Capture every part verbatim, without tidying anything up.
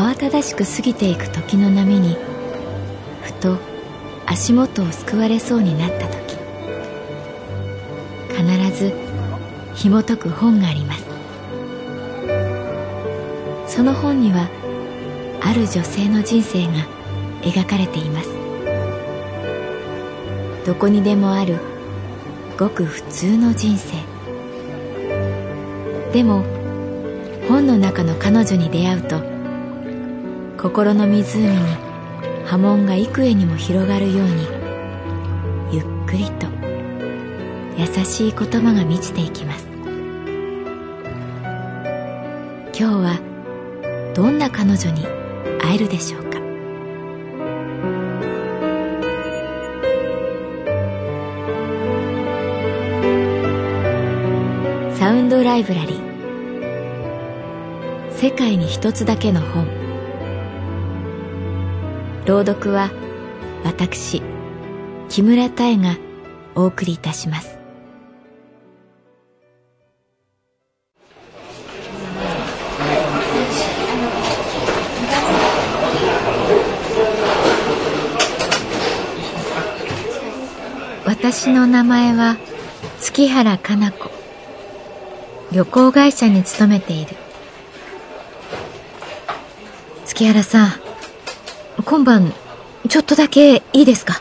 慌ただしく過ぎていく時の波にふと足元をすくわれそうになった時、必ず紐解く本があります。その本にはある女性の人生が描かれています。どこにでもあるごく普通の人生。でも本の中の彼女に出会うと、心の湖に波紋が幾重にも広がるように、ゆっくりと優しい言葉が満ちていきます。今日はどんな彼女に会えるでしょうか。サウンドライブラリー、世界に一つだけの本。朗読は私木村多江がお送りいたします。私の名前は月原かな子。旅行会社に勤めている。月原さん、今晩ちょっとだけいいですか？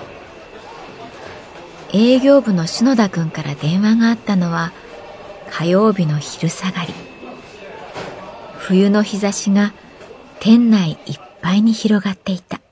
営業部の篠田くんから電話があったのは火曜日の昼下がり。冬の日差しが店内いっぱいに広がっていた。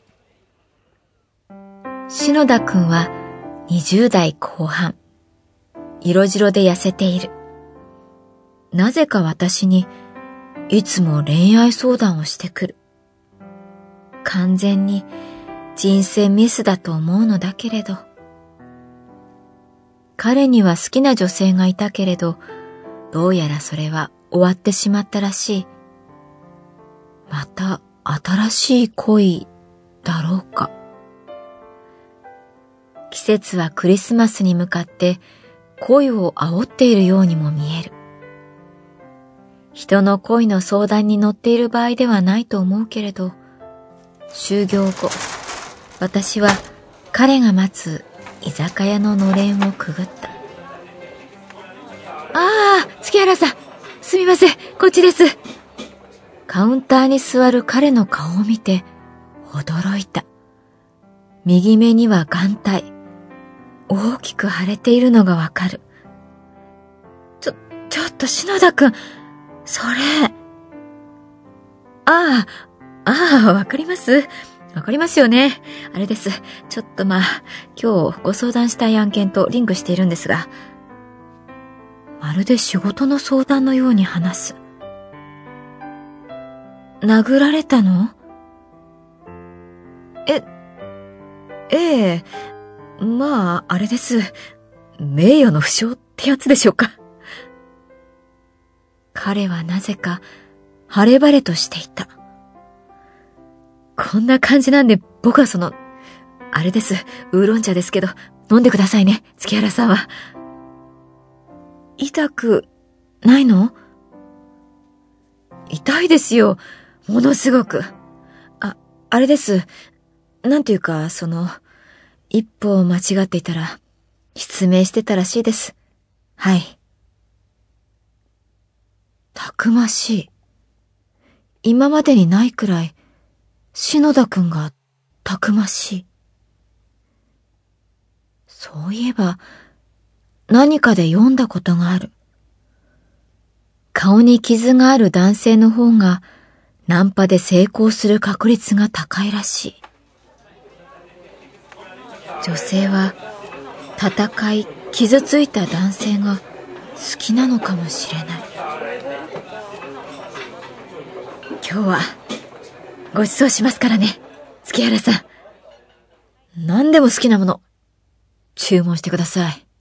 篠田くんはにじゅう代後半。色白で痩せている。なぜか私にいつも恋愛相談をしてくる。完全に人生ミスだと思うのだけれど。彼には好きな女性がいたけれど、どうやらそれは終わってしまったらしい。また新しい恋だろうか。季節はクリスマスに向かって恋を煽っているようにも見える。人の恋の相談に乗っている場合ではないと思うけれど、就業後、私は彼が待つ居酒屋ののれんをくぐった。ああ、月原さん、すみません、こっちです。カウンターに座る彼の顔を見て驚いた。右目には眼帯、大きく腫れているのがわかる。ちょ、ちょっと篠田くん、それ。ああ、ああ、わかります。わかりますよね。あれです。ちょっとまあ、今日ご相談したい案件とリンクしているんですが、まるで仕事の相談のように話す。殴られたの？え、ええ、まあ、あれです。名誉の負傷ってやつでしょうか。彼はなぜか晴れ晴れとしていた。こんな感じなんで僕はその、あれです、ウーロン茶ですけど、飲んでくださいね、月原さんは。痛くないの？痛いですよ、ものすごく。あ、あれです。なんていうか、その、一歩間違っていたら、失明してたらしいです。はい。たくましい。今までにないくらい、篠田くんがたくましい。そういえば、何かで読んだことがある。顔に傷がある男性の方が、ナンパで成功する確率が高いらしい。女性は、戦い、傷ついた男性が好きなのかもしれない。今日はご馳走しますからね、月原さん。何でも好きなもの注文してください。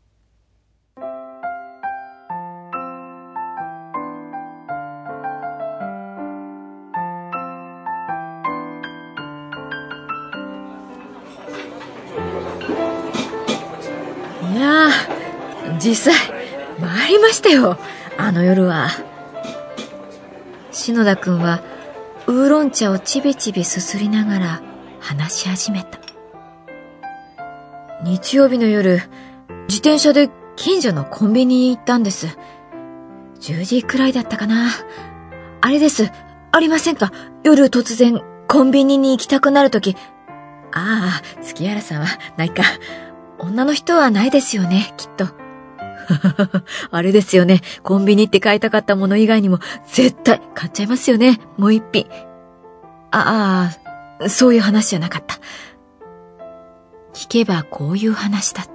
いやー、実際参りましたよ、あの夜は。篠田くんはウーロン茶をちびちびすすりながら話し始めた。日曜日の夜、自転車で近所のコンビニに行ったんです。じゅうじくらいだったかな。あれです。ありませんか？夜突然コンビニに行きたくなるとき。ああ、月原さんはないか。女の人はないですよね、きっと。あれですよね。コンビニって買いたかったもの以外にも絶対買っちゃいますよね。もう一品。ああ、そういう話じゃなかった。聞けばこういう話だった。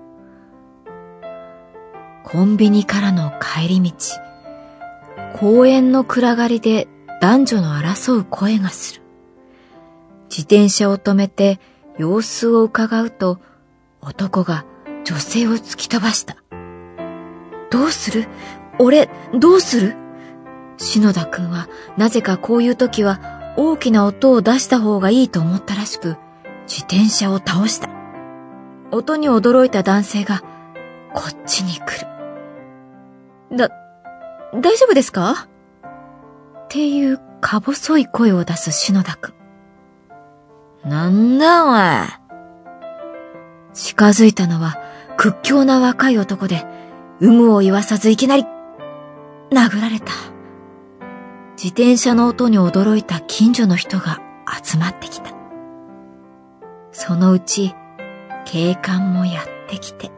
コンビニからの帰り道、公園の暗がりで男女の争う声がする。自転車を止めて様子を伺うと、男が女性を突き飛ばした。どうする？俺、どうする？篠田くんはなぜかこういう時は大きな音を出した方がいいと思ったらしく、自転車を倒した。音に驚いた男性がこっちに来る。だ、大丈夫ですか？っていうか細い声を出す篠田くん。なんだお前。近づいたのは屈強な若い男で、有無を言わさずいきなり殴られた。自転車の音に驚いた近所の人が集まってきた。そのうち警官もやってきて。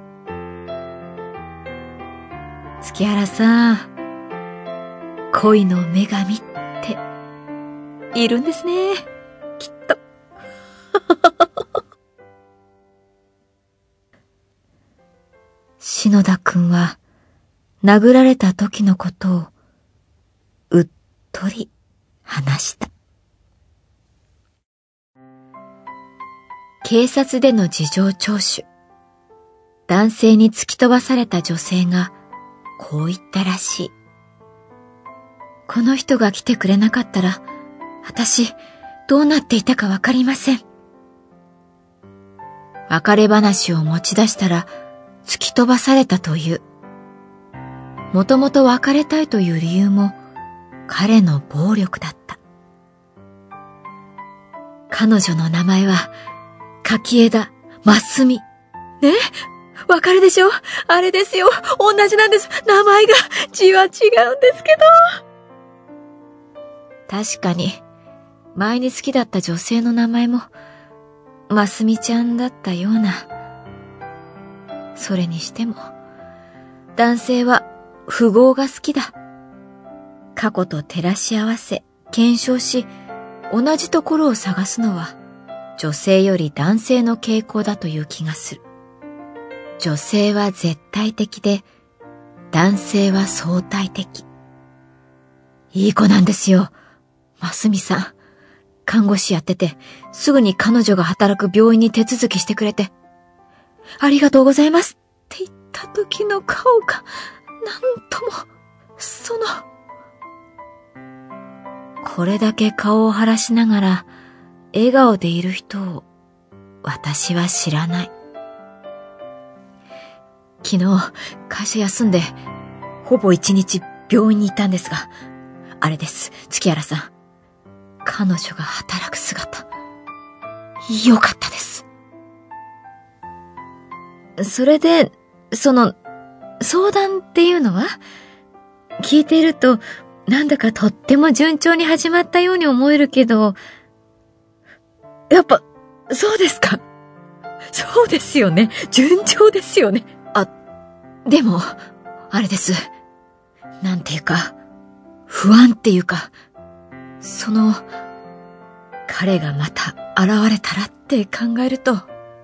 月原さん、恋の女神っているんですね、きっと。篠田くんは殴られた時のことをうっとり話した。警察での事情聴取。男性に突き飛ばされた女性がこう言ったらしい。この人が来てくれなかったら、私どうなっていたかわかりません。別れ話を持ち出したら突き飛ばされたという。もともと別れたいという理由も彼の暴力だった。彼女の名前は柿枝真澄。ね？わかるでしょ？あれですよ。同じなんです。名前が字は違うんですけど。確かに前に好きだった女性の名前も真澄ちゃんだったような。それにしても男性は富豪が好きだ。過去と照らし合わせ検証し、同じところを探すのは女性より男性の傾向だという気がする。女性は絶対的で、男性は相対的。いい子なんですよ、真澄さん。看護師やってて、すぐに彼女が働く病院に手続きしてくれて、ありがとうございますって言った時の顔が、なんとも、その、これだけ顔を晴らしながら、笑顔でいる人を、私は知らない。昨日、会社休んで、ほぼ一日病院に行ったんですが、あれです、月原さん。彼女が働く姿、よかったです。それで、その、相談っていうのは？聞いていると、なんだかとっても順調に始まったように思えるけど、やっぱ、そうですか？そうですよね。順調ですよね。あ、でも、あれです。なんていうか、不安っていうか、その、彼がまた現れたらって考えると、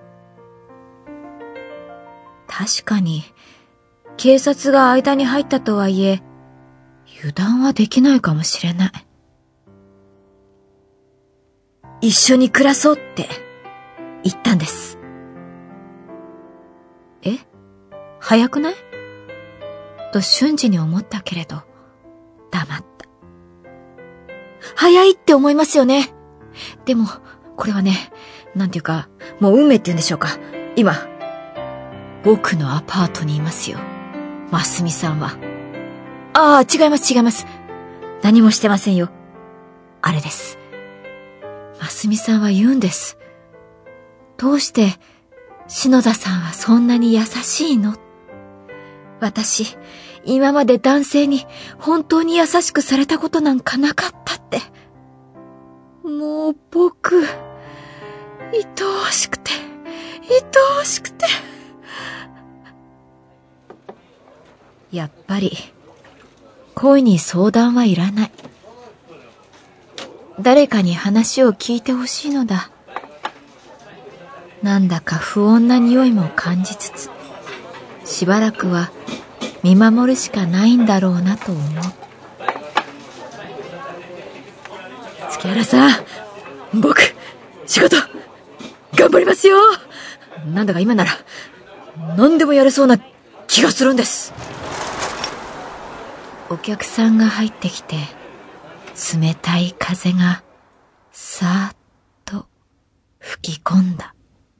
確かに、警察が間に入ったとはいえ、油断はできないかもしれない。一緒に暮らそうって言ったんです。え？早くない？と瞬時に思ったけれど、黙った。早いって思いますよね。でも、これはね、なんていうか、もう運命って言うんでしょうか。今、僕のアパートにいますよ。真澄さんは。ああ、違います違います。何もしてませんよ。 あれです。ますみさんは言うんです。どうして篠田さんはそんなに優しいの？私、今まで男性に本当に優しくされたことなんかなかったって。もう僕、愛おしくて、愛おしくて。やっぱり、恋に相談はいらない。誰かに話を聞いてほしいのだ。なんだか不穏な匂いも感じつつ、しばらくは見守るしかないんだろうなと思う。月原さん、僕、仕事、頑張りますよ。なんだか今なら、何でもやれそうな気がするんです。お客さんが入ってきて、冷たい風がさーっと吹き込んだ。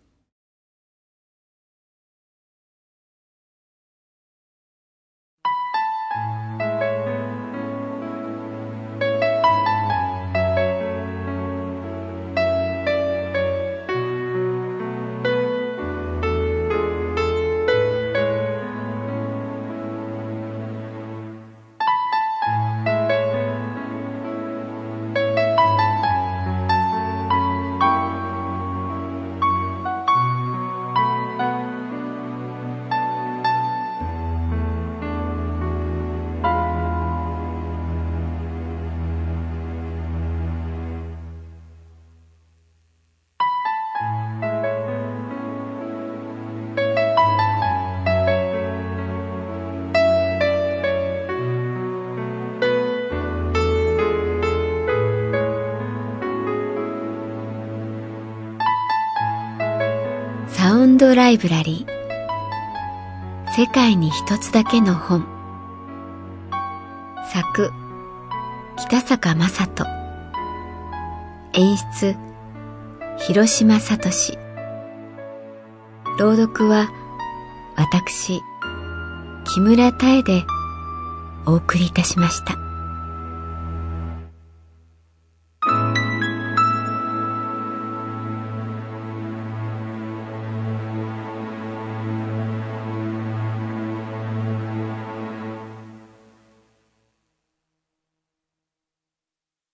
サウンドライブラリー、世界に一つだけの本。作、北坂雅人。演出、広島聡。朗読は私、木村多江でお送りいたしました。